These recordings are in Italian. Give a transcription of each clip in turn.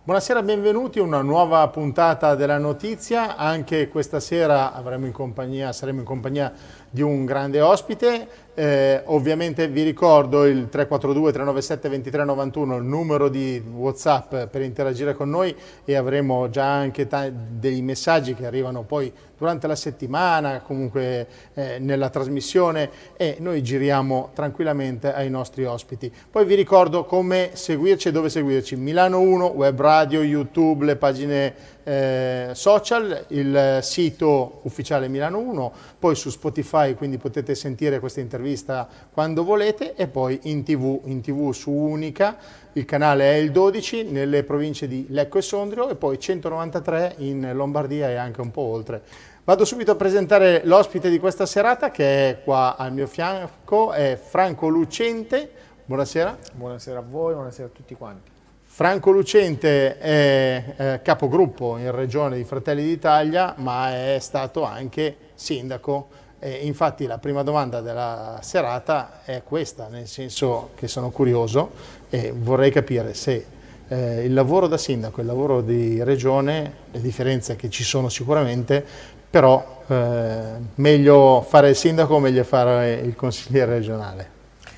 Buonasera, benvenuti a una nuova puntata della notizia. Anche questa sera saremo in compagnia di un grande ospite. Ovviamente vi ricordo il 342 397 2391, il numero di WhatsApp per interagire con noi, e avremo già anche dei messaggi che arrivano poi durante la settimana, comunque nella trasmissione, e noi giriamo tranquillamente ai nostri ospiti. Poi vi ricordo come seguirci e dove seguirci: Milano 1, web radio, YouTube, le pagine social, il sito ufficiale Milano 1, poi su Spotify, quindi potete sentire questa intervista quando volete, e poi in TV su Unica, il canale è il 12 nelle province di Lecco e Sondrio, e poi 193 in Lombardia e anche un po' oltre. Vado subito a presentare l'ospite di questa serata, che è qua al mio fianco, è Franco Lucente. Buonasera. Buonasera a voi, buonasera a tutti quanti. Franco Lucente è capogruppo in Regione di Fratelli d'Italia, ma è stato anche sindaco. Infatti la prima domanda della serata è questa, nel senso che sono curioso e vorrei capire se il lavoro da sindaco e il lavoro di regione, le differenze che ci sono sicuramente, però meglio fare il sindaco o meglio fare il consigliere regionale?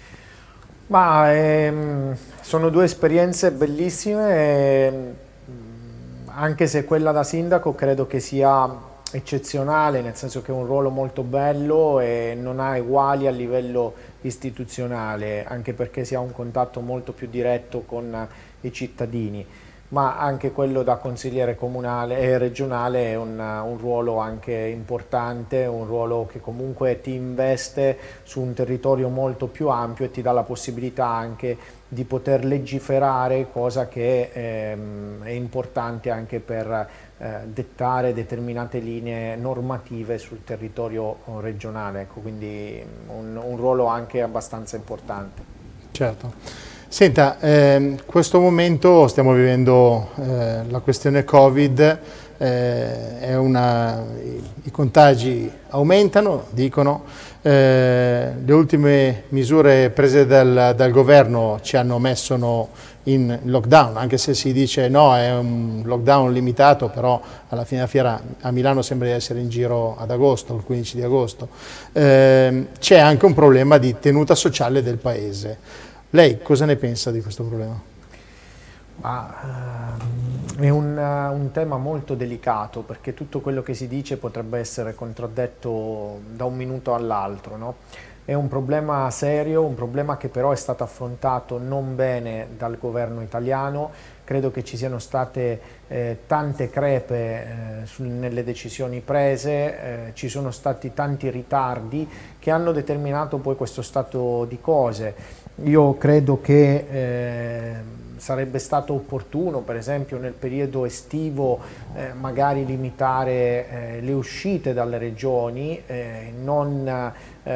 Sono due esperienze bellissime, anche se quella da sindaco credo che sia eccezionale, nel senso che è un ruolo molto bello e non ha eguali a livello istituzionale, anche perché si ha un contatto molto più diretto con i cittadini. Ma anche quello da consigliere comunale e regionale è un ruolo anche importante, un ruolo che comunque ti investe su un territorio molto più ampio e ti dà la possibilità anche di poter legiferare, cosa che è importante anche per dettare determinate linee normative sul territorio regionale, ecco, quindi un ruolo anche abbastanza importante. Certo. Senta, in questo momento stiamo vivendo la questione Covid, i contagi aumentano, dicono, le ultime misure prese dal governo ci hanno messo in lockdown, anche se si dice no, è un lockdown limitato, però alla fine della fiera a Milano sembra di essere in giro ad agosto, il 15 di agosto. C'è anche un problema di tenuta sociale del paese. Lei cosa ne pensa di questo problema? È un tema molto delicato, perché tutto quello che si dice potrebbe essere contraddetto da un minuto all'altro, no? È un problema serio, un problema che però è stato affrontato non bene dal governo italiano. Credo che ci siano state tante crepe nelle decisioni prese, ci sono stati tanti ritardi che hanno determinato poi questo stato di cose. Io credo che sarebbe stato opportuno, per esempio nel periodo estivo, magari limitare le uscite dalle regioni, non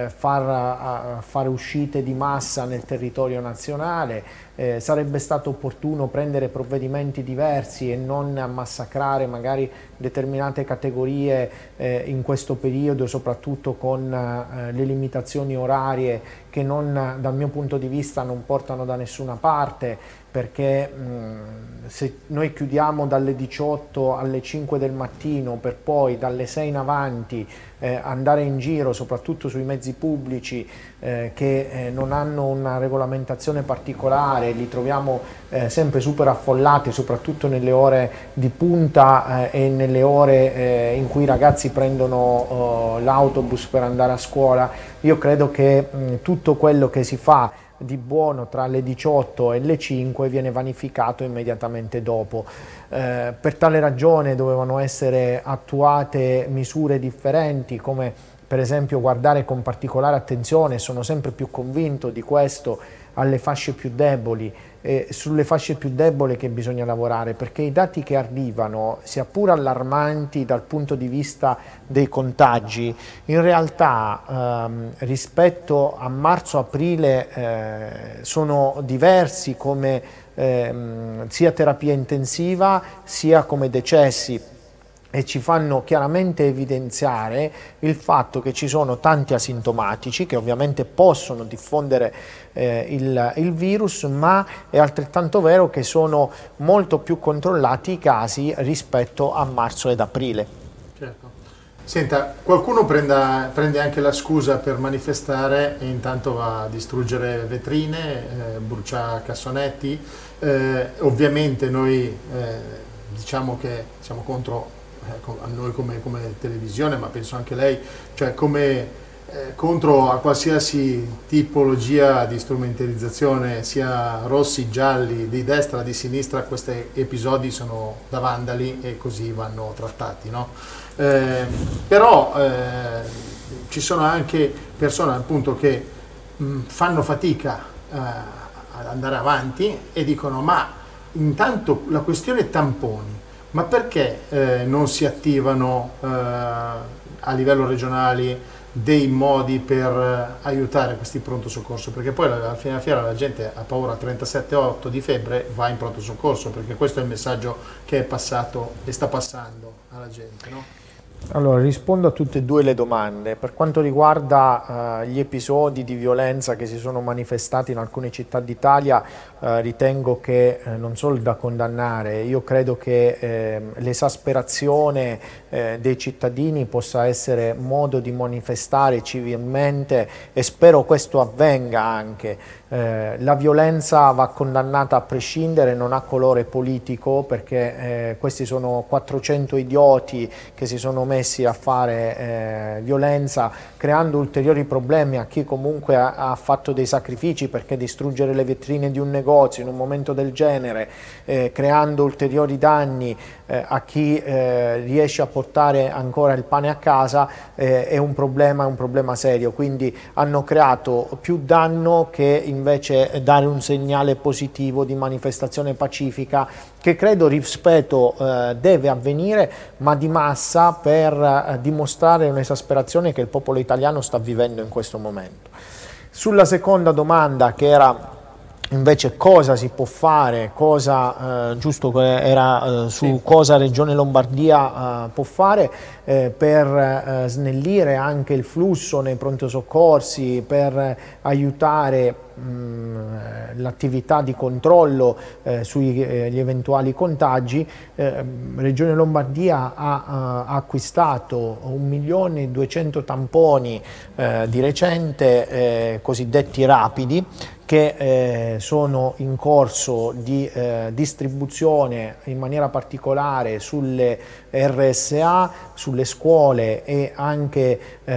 fare uscite di massa nel territorio nazionale. Sarebbe stato opportuno prendere provvedimenti diversi e non massacrare magari determinate categorie in questo periodo, soprattutto con le limitazioni orarie che dal mio punto di vista non portano da nessuna parte, perché se noi chiudiamo dalle 18 alle 5 del mattino per poi dalle 6 in avanti andare in giro, soprattutto sui mezzi pubblici che non hanno una regolamentazione particolare, li troviamo sempre super affollati, soprattutto nelle ore di punta e nelle ore in cui i ragazzi prendono l'autobus per andare a scuola. Io credo che tutto quello che si fa di buono tra le 18 e le 5 viene vanificato immediatamente dopo. Per tale ragione dovevano essere attuate misure differenti, come per esempio guardare con particolare attenzione, sono sempre più convinto di questo, alle fasce più deboli, sulle fasce più deboli che bisogna lavorare, perché i dati che arrivano, sia pur allarmanti dal punto di vista dei contagi, in realtà rispetto a marzo-aprile sono diversi come sia terapia intensiva sia come decessi. e ci fanno chiaramente evidenziare il fatto che ci sono tanti asintomatici che ovviamente possono diffondere il virus, ma è altrettanto vero che sono molto più controllati i casi rispetto a marzo ed aprile. Certo. Senta, qualcuno prende anche la scusa per manifestare e intanto va a distruggere vetrine, brucia cassonetti. Ovviamente noi diciamo che siamo contro, a noi come televisione, ma penso anche lei, cioè contro a qualsiasi tipologia di strumentalizzazione, sia rossi, gialli, di destra, di sinistra. Questi episodi sono da vandali e così vanno trattati, no? Però ci sono anche persone appunto che fanno fatica ad andare avanti e dicono: ma intanto la questione tamponi, ma perché non si attivano a livello regionale dei modi per aiutare questi pronto soccorso? Perché poi alla fine della fiera la gente ha paura, 37,8 di febbre, va in pronto soccorso, perché questo è il messaggio che è passato e sta passando alla gente, no? Allora, rispondo a tutte e due le domande. Per quanto riguarda gli episodi di violenza che si sono manifestati in alcune città d'Italia, ritengo che non solo da condannare, io credo che l'esasperazione dei cittadini possa essere modo di manifestare civilmente, e spero questo avvenga anche. La violenza va condannata a prescindere, non ha colore politico, perché questi sono 400 idioti che si sono messi a fare violenza, creando ulteriori problemi a chi comunque ha fatto dei sacrifici, perché distruggere le vetrine di un negozio in un momento del genere, creando ulteriori danni a chi riesce a portare ancora il pane a casa, è un problema serio. Quindi hanno creato più danno che invece dare un segnale positivo di manifestazione pacifica, che credo, rispetto, deve avvenire, ma di massa, per dimostrare un'esasperazione che il popolo italiano sta vivendo in questo momento. Sulla seconda domanda, che era invece cosa si può fare, giusto che era su cosa Regione Lombardia può fare per snellire anche il flusso nei pronto soccorsi, per aiutare l'attività di controllo sugli eventuali contagi. Regione Lombardia ha acquistato 1.200.000 tamponi di recente, cosiddetti rapidi, che sono in corso di distribuzione in maniera particolare sulle RSA, sulle scuole e anche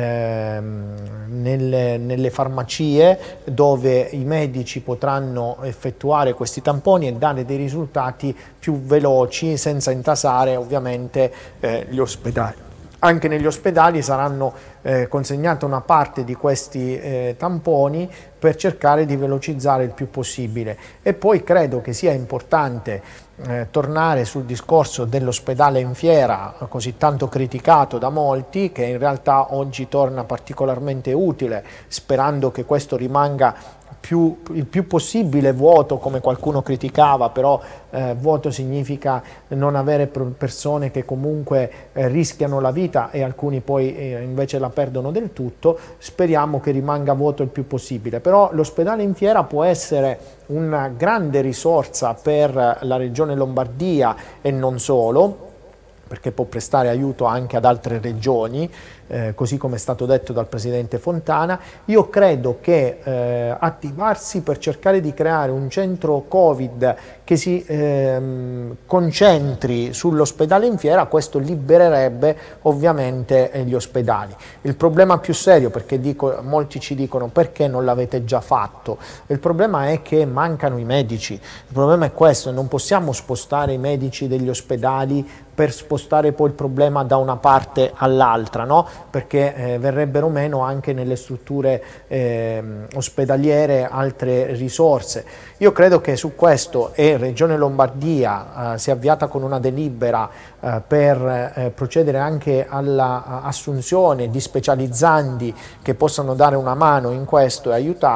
nelle farmacie, dove i medici potranno effettuare questi tamponi e dare dei risultati più veloci, senza intasare ovviamente gli ospedali. Anche negli ospedali saranno consegnata una parte di questi tamponi per cercare di velocizzare il più possibile. E poi credo che sia importante tornare sul discorso dell'ospedale in Fiera, così tanto criticato da molti, che in realtà oggi torna particolarmente utile, sperando che questo rimanga il più possibile vuoto, come qualcuno criticava. Però vuoto significa non avere persone che comunque rischiano la vita, e alcuni poi invece la perdono del tutto. Speriamo che rimanga vuoto il più possibile. Però l'ospedale in Fiera può essere una grande risorsa per la Regione Lombardia e non solo, perché può prestare aiuto anche ad altre regioni, così come è stato detto dal Presidente Fontana. Io credo che attivarsi per cercare di creare un centro Covid che si concentri sull'ospedale in Fiera, questo libererebbe ovviamente gli ospedali. Il problema più serio, perché molti ci dicono: perché non l'avete già fatto? Il problema è che mancano i medici. Il problema è questo: non possiamo spostare i medici degli ospedali per spostare poi il problema da una parte all'altra, no? Perché verrebbero meno anche nelle strutture ospedaliere altre risorse. Io credo che su questo, e Regione Lombardia si è avviata con una delibera per procedere anche all'assunzione di specializzandi che possano dare una mano in questo e aiutare.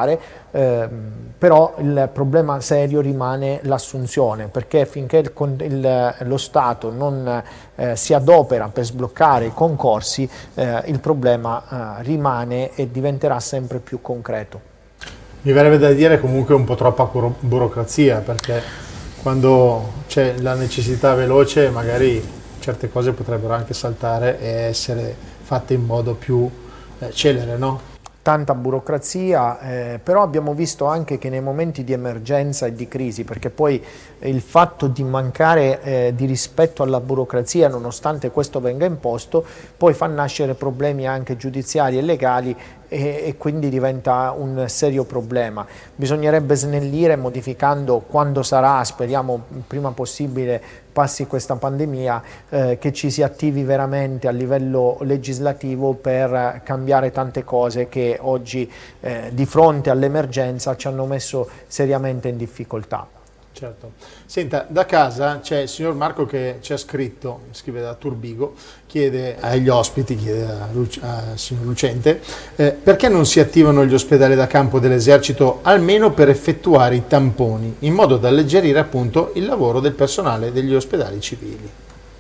però il problema serio rimane l'assunzione, perché finché lo Stato non si adopera per sbloccare i concorsi, il problema rimane e diventerà sempre più concreto. Mi verrebbe da dire comunque un po' troppa burocrazia, perché quando c'è la necessità veloce magari certe cose potrebbero anche saltare e essere fatte in modo più celere, no? Tanta burocrazia, però abbiamo visto anche che nei momenti di emergenza e di crisi, perché poi il fatto di mancare di rispetto alla burocrazia, nonostante questo venga imposto, poi fa nascere problemi anche giudiziari e legali e quindi diventa un serio problema. Bisognerebbe snellire modificando quando sarà, speriamo il prima possibile passi questa pandemia, che ci si attivi veramente a livello legislativo per cambiare tante cose che oggi di fronte all'emergenza ci hanno messo seriamente in difficoltà. Certo. Senta, da casa c'è il signor Marco che ci ha scritto, scrive da Turbigo, chiede agli ospiti, chiede al signor Lucente, perché non si attivano gli ospedali da campo dell'esercito almeno per effettuare i tamponi, in modo da alleggerire appunto il lavoro del personale degli ospedali civili.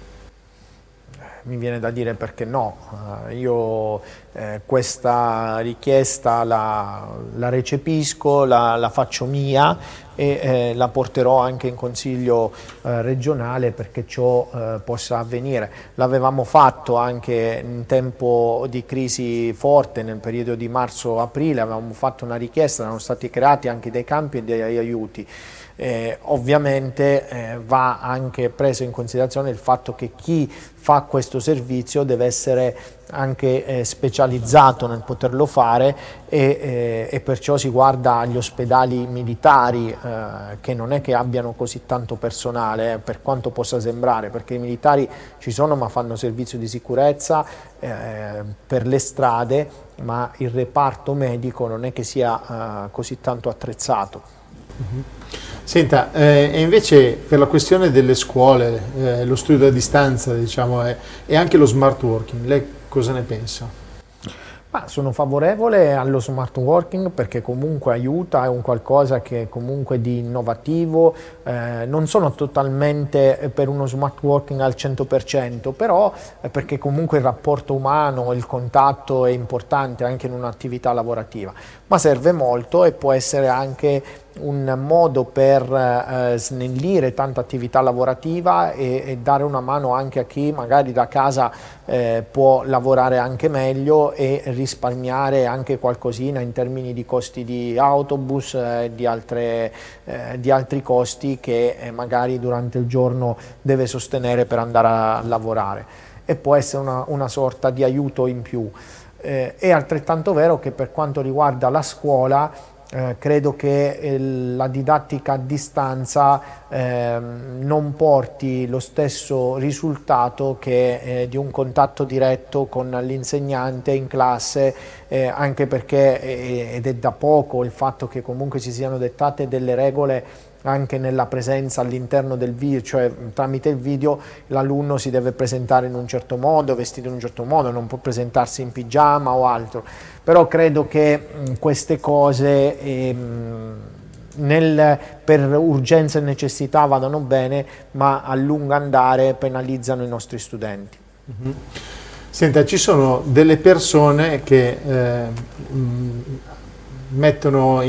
Mi viene da dire perché no, io questa richiesta la recepisco, la faccio mia e la porterò anche in consiglio regionale perché ciò possa avvenire. L'avevamo fatto anche in tempo di crisi forte, nel periodo di marzo-aprile, avevamo fatto una richiesta, erano stati creati anche dei campi e degli aiuti. Ovviamente va anche preso in considerazione il fatto che chi fa questo servizio deve essere anche specializzato nel poterlo fare e perciò si guarda agli ospedali militari che non è che abbiano così tanto personale per quanto possa sembrare, perché i militari ci sono ma fanno servizio di sicurezza per le strade, ma il reparto medico non è che sia così tanto attrezzato. Senta, e invece per la questione delle scuole, lo studio a distanza, diciamo, e anche lo smart working, lei cosa ne pensa? Sono favorevole allo smart working perché comunque aiuta, è un qualcosa che è comunque di innovativo, non sono totalmente per uno smart working al 100%, però perché comunque il rapporto umano, il contatto è importante anche in un'attività lavorativa, ma serve molto e può essere anche un modo per snellire tanta attività lavorativa e dare una mano anche a chi magari da casa può lavorare anche meglio e risparmiare anche qualcosina in termini di costi di autobus e di altri costi che magari durante il giorno deve sostenere per andare a lavorare e può essere una sorta di aiuto in più. È altrettanto vero che per quanto riguarda la scuola credo che la didattica a distanza non porti lo stesso risultato che di un contatto diretto con l'insegnante in classe, anche perché, ed è da poco il fatto che comunque si siano dettate delle regole anche nella presenza all'interno del video, cioè tramite il video l'alunno si deve presentare in un certo modo, vestito in un certo modo, non può presentarsi in pigiama o altro, però credo che queste cose per urgenza e necessità vadano bene, ma a lungo andare penalizzano i nostri studenti. Senta, ci sono delle persone che mettono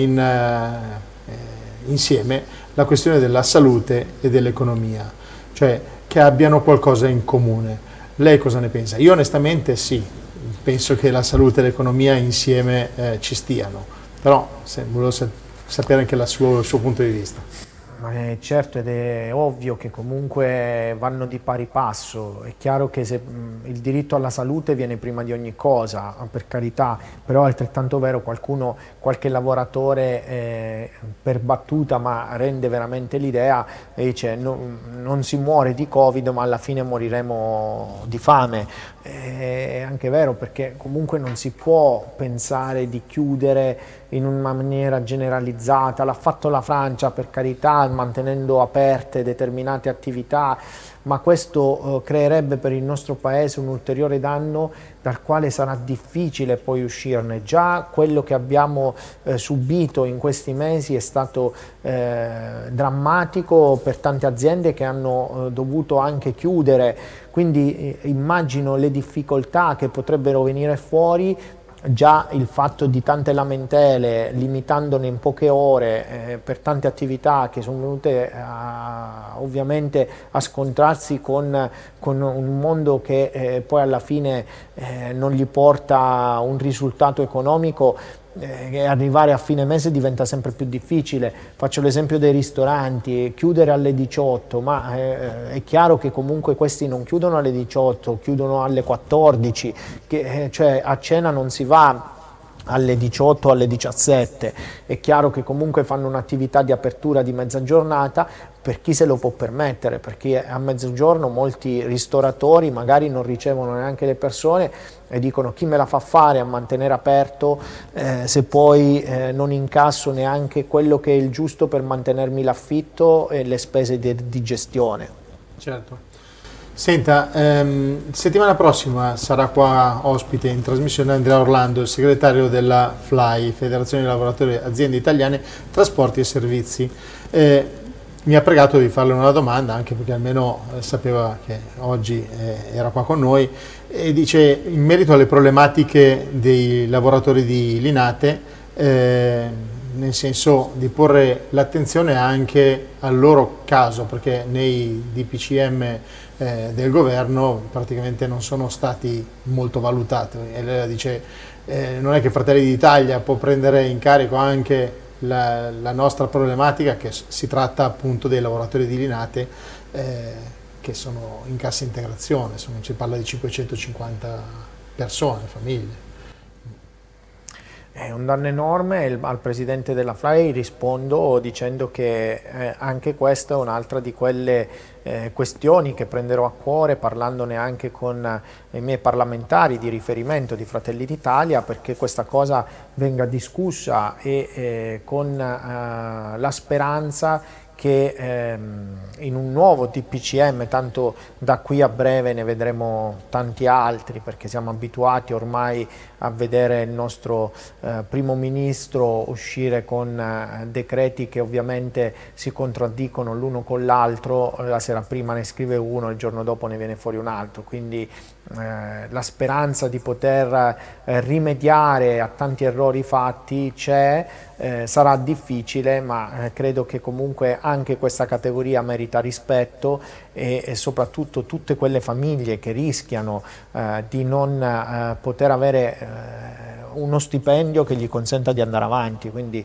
insieme la questione della salute e dell'economia, cioè che abbiano qualcosa in comune. Lei cosa ne pensa? Io onestamente sì, penso che la salute e l'economia insieme ci stiano, però volevo sapere anche il suo punto di vista. Certo, ed è ovvio che comunque vanno di pari passo, è chiaro che se il diritto alla salute viene prima di ogni cosa, per carità, però è altrettanto vero qualche lavoratore per battuta ma rende veramente l'idea e dice non si muore di Covid ma alla fine moriremo di fame. È anche vero perché comunque non si può pensare di chiudere in una maniera generalizzata, l'ha fatto la Francia per carità, mantenendo aperte determinate attività, ma questo creerebbe per il nostro Paese un ulteriore danno dal quale sarà difficile poi uscirne. Già quello che abbiamo subito in questi mesi è stato drammatico per tante aziende che hanno dovuto anche chiudere, quindi immagino le difficoltà che potrebbero venire fuori. Già il fatto di tante lamentele, limitandone in poche ore per tante attività che sono venute ovviamente a scontrarsi con un mondo che poi alla fine non gli porta un risultato economico, e arrivare a fine mese diventa sempre più difficile. Faccio l'esempio dei ristoranti, chiudere alle 18, ma è chiaro che comunque questi non chiudono alle 18, chiudono alle 14, cioè a cena non si va alle 18 o alle 17, è chiaro che comunque fanno un'attività di apertura di mezza giornata per chi se lo può permettere, perché a mezzogiorno molti ristoratori magari non ricevono neanche le persone e dicono: chi me la fa fare a mantenere aperto se poi non incasso neanche quello che è il giusto per mantenermi l'affitto e le spese di gestione. Certo. Senta, settimana prossima sarà qua ospite in trasmissione Andrea Orlando, il segretario della FLAI, Federazione dei Lavoratori Aziende Italiane Trasporti e Servizi. Mi ha pregato di farle una domanda, anche perché almeno sapeva che oggi era qua con noi, e dice: in merito alle problematiche dei lavoratori di Linate, nel senso di porre l'attenzione anche al loro caso, perché nei DPCM del governo praticamente non sono stati molto valutati, e lei dice non è che Fratelli d'Italia può prendere in carico anche la nostra problematica, che si tratta appunto dei lavoratori di Linate che sono in cassa integrazione, si parla di 550 persone, famiglie. È un danno enorme. Al presidente della FLAI rispondo dicendo che anche questa è un'altra di quelle questioni che prenderò a cuore, parlandone anche con i miei parlamentari di riferimento di Fratelli d'Italia, perché questa cosa venga discussa e con la speranza che in un nuovo DPCM, tanto da qui a breve ne vedremo tanti altri, perché siamo abituati ormai a vedere il nostro primo ministro uscire con decreti che ovviamente si contraddicono l'uno con l'altro, la sera prima ne scrive uno, il giorno dopo ne viene fuori un altro, quindi la speranza di poter rimediare a tanti errori fatti c'è. Sarà difficile, ma credo che comunque anche questa categoria merita rispetto, e soprattutto tutte quelle famiglie che rischiano di non poter avere uno stipendio che gli consenta di andare avanti. Quindi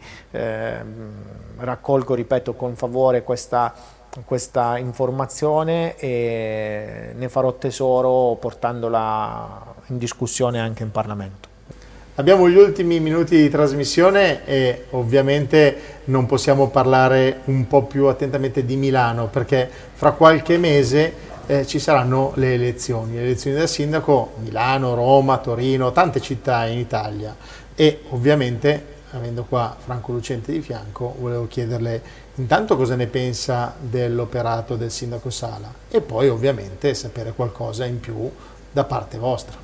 raccolgo, ripeto, con favore questa informazione e ne farò tesoro portandola in discussione anche in Parlamento. Abbiamo gli ultimi minuti di trasmissione e ovviamente non possiamo parlare un po' più attentamente di Milano, perché fra qualche mese ci saranno le elezioni del sindaco, Milano, Roma, Torino, tante città in Italia, e ovviamente, avendo qua Franco Lucente di fianco, volevo chiederle intanto cosa ne pensa dell'operato del sindaco Sala, e poi ovviamente sapere qualcosa in più da parte vostra.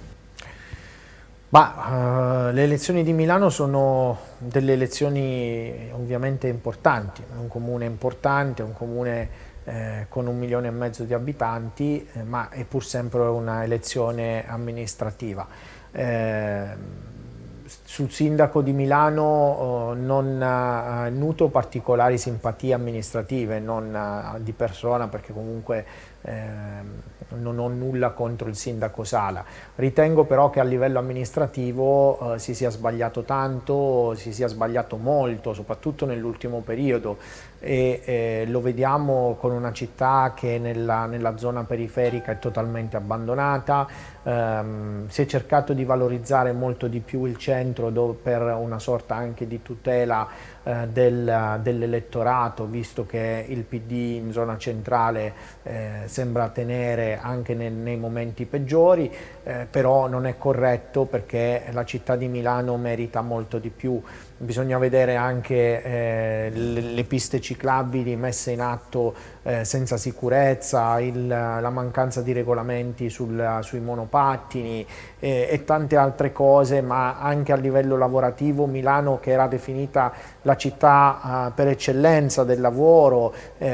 Le elezioni di Milano sono delle elezioni ovviamente importanti, è un comune importante, è un comune con 1,5 milioni di abitanti, ma è pur sempre una elezione amministrativa. Sul sindaco di Milano non nutro particolari simpatie amministrative, non di persona, perché comunque non ho nulla contro il sindaco Sala. Ritengo però che a livello amministrativo si sia sbagliato tanto, si sia sbagliato molto, soprattutto nell'ultimo periodo, e lo vediamo con una città che nella zona periferica è totalmente abbandonata. Si è cercato di valorizzare molto di più il centro centro per una sorta anche di tutela dell'elettorato, visto che il PD in zona centrale sembra tenere anche nei momenti peggiori, però non è corretto, perché la città di Milano merita molto di più. Bisogna vedere anche le piste ciclabili messe in atto senza sicurezza, la mancanza di regolamenti sui monopattini e tante altre cose, ma anche a livello lavorativo Milano, che era definita la città per eccellenza del lavoro,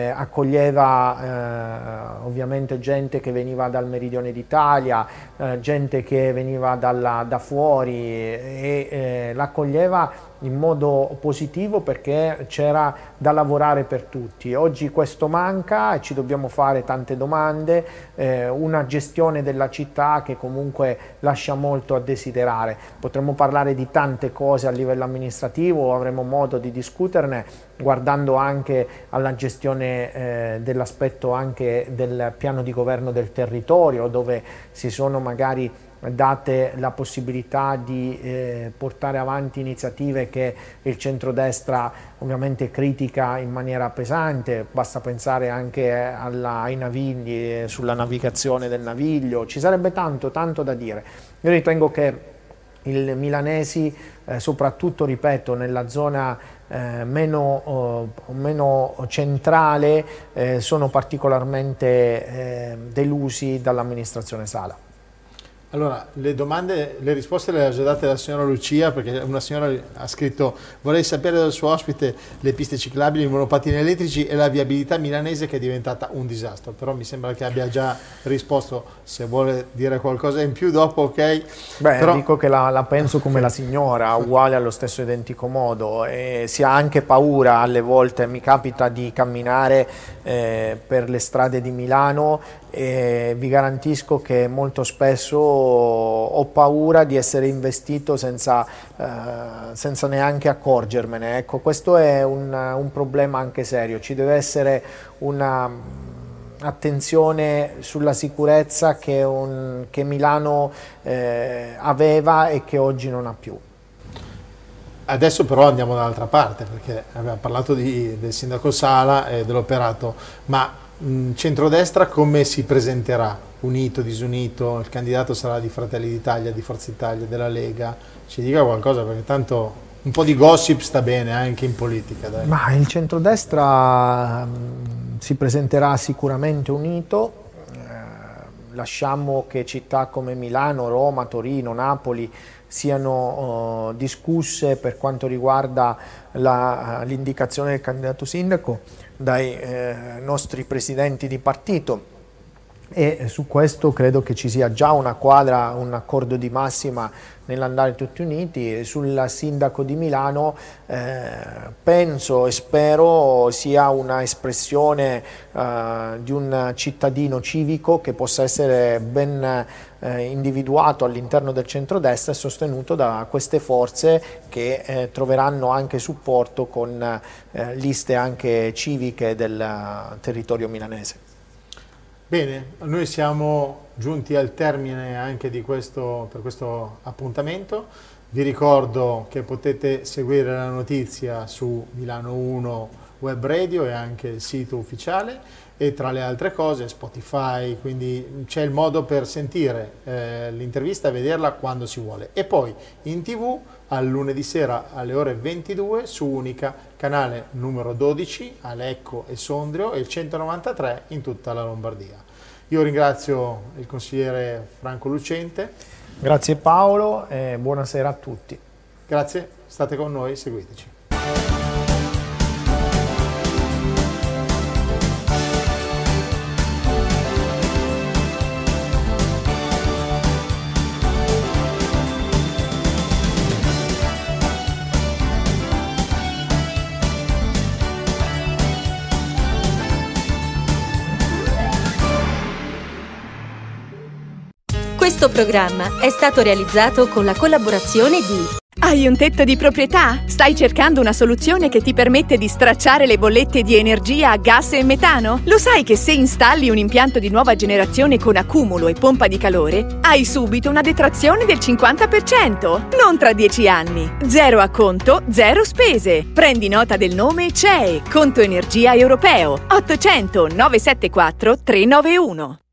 accoglieva ovviamente gente che veniva dal meridione d'Italia, gente che veniva da fuori, e l'accoglieva in modo positivo, perché c'era da lavorare per tutti. Oggi questo manca e ci dobbiamo fare tante domande, una gestione della città che comunque lascia molto a desiderare. Potremmo parlare di tante cose a livello amministrativo, avremo modo di discuterne, guardando anche alla gestione dell'aspetto anche del piano di governo del territorio, dove si sono magari date la possibilità di portare avanti iniziative che il centrodestra ovviamente critica in maniera pesante. Basta pensare anche ai navigli, sulla navigazione del Naviglio. Ci sarebbe tanto da dire. Io ritengo che i milanesi, soprattutto, ripeto, nella zona meno centrale, sono particolarmente delusi dall'amministrazione Sala. Allora, le risposte le ha già date la signora Lucia, perché una signora ha scritto: vorrei sapere dal suo ospite le piste ciclabili, i monopattini elettrici e la viabilità milanese, che è diventata un disastro. Però mi sembra che abbia già risposto. Se vuole dire qualcosa in più dopo, ok? Beh, però dico che la penso come la signora, uguale allo stesso identico modo, e si ha anche paura alle volte. Mi capita di camminare per le strade di Milano e vi garantisco che molto spesso ho paura di essere investito senza neanche accorgermene. Ecco, questo è un problema anche serio. Ci deve essere una attenzione sulla sicurezza che Milano aveva e che oggi non ha più. Adesso però andiamo dall'altra parte, perché abbiamo parlato del sindaco Sala e dell'operato, ma centrodestra come si presenterà? Unito, disunito? Il candidato sarà di Fratelli d'Italia, di Forza Italia, della Lega? Ci dica qualcosa, perché tanto un po' di gossip sta bene anche in politica. Dai. Ma il centrodestra si presenterà sicuramente unito. Lasciamo che città come Milano, Roma, Torino, Napoli siano discusse per quanto riguarda l'indicazione del candidato sindaco dai nostri presidenti di partito, e su questo credo che ci sia già una quadra, un accordo di massima nell'andare tutti uniti. Sul sindaco di Milano penso e spero sia una espressione di un cittadino civico che possa essere ben individuato all'interno del centrodestra e sostenuto da queste forze che troveranno anche supporto con liste anche civiche del territorio milanese. Bene, noi siamo giunti al termine anche per questo appuntamento. Vi ricordo che potete seguire la notizia su Milano 1 Web Radio e anche il sito ufficiale, e tra le altre cose Spotify, quindi c'è il modo per sentire l'intervista e vederla quando si vuole. E poi in TV al lunedì sera alle ore 22 su Unica, canale numero 12 a Lecco e Sondrio, e il 193 in tutta la Lombardia. Io ringrazio il consigliere Franco Lucente. Grazie Paolo e buonasera a tutti. Grazie, state con noi, seguiteci. Questo programma è stato realizzato con la collaborazione di Hai un tetto di proprietà? Stai cercando una soluzione che ti permette di stracciare le bollette di energia a gas e metano? Lo sai che se installi un impianto di nuova generazione con accumulo e pompa di calore, hai subito una detrazione del 50%? Non tra 10 anni. Zero acconto, zero spese. Prendi nota del nome CEE, Conto Energia Europeo. 800 974 391.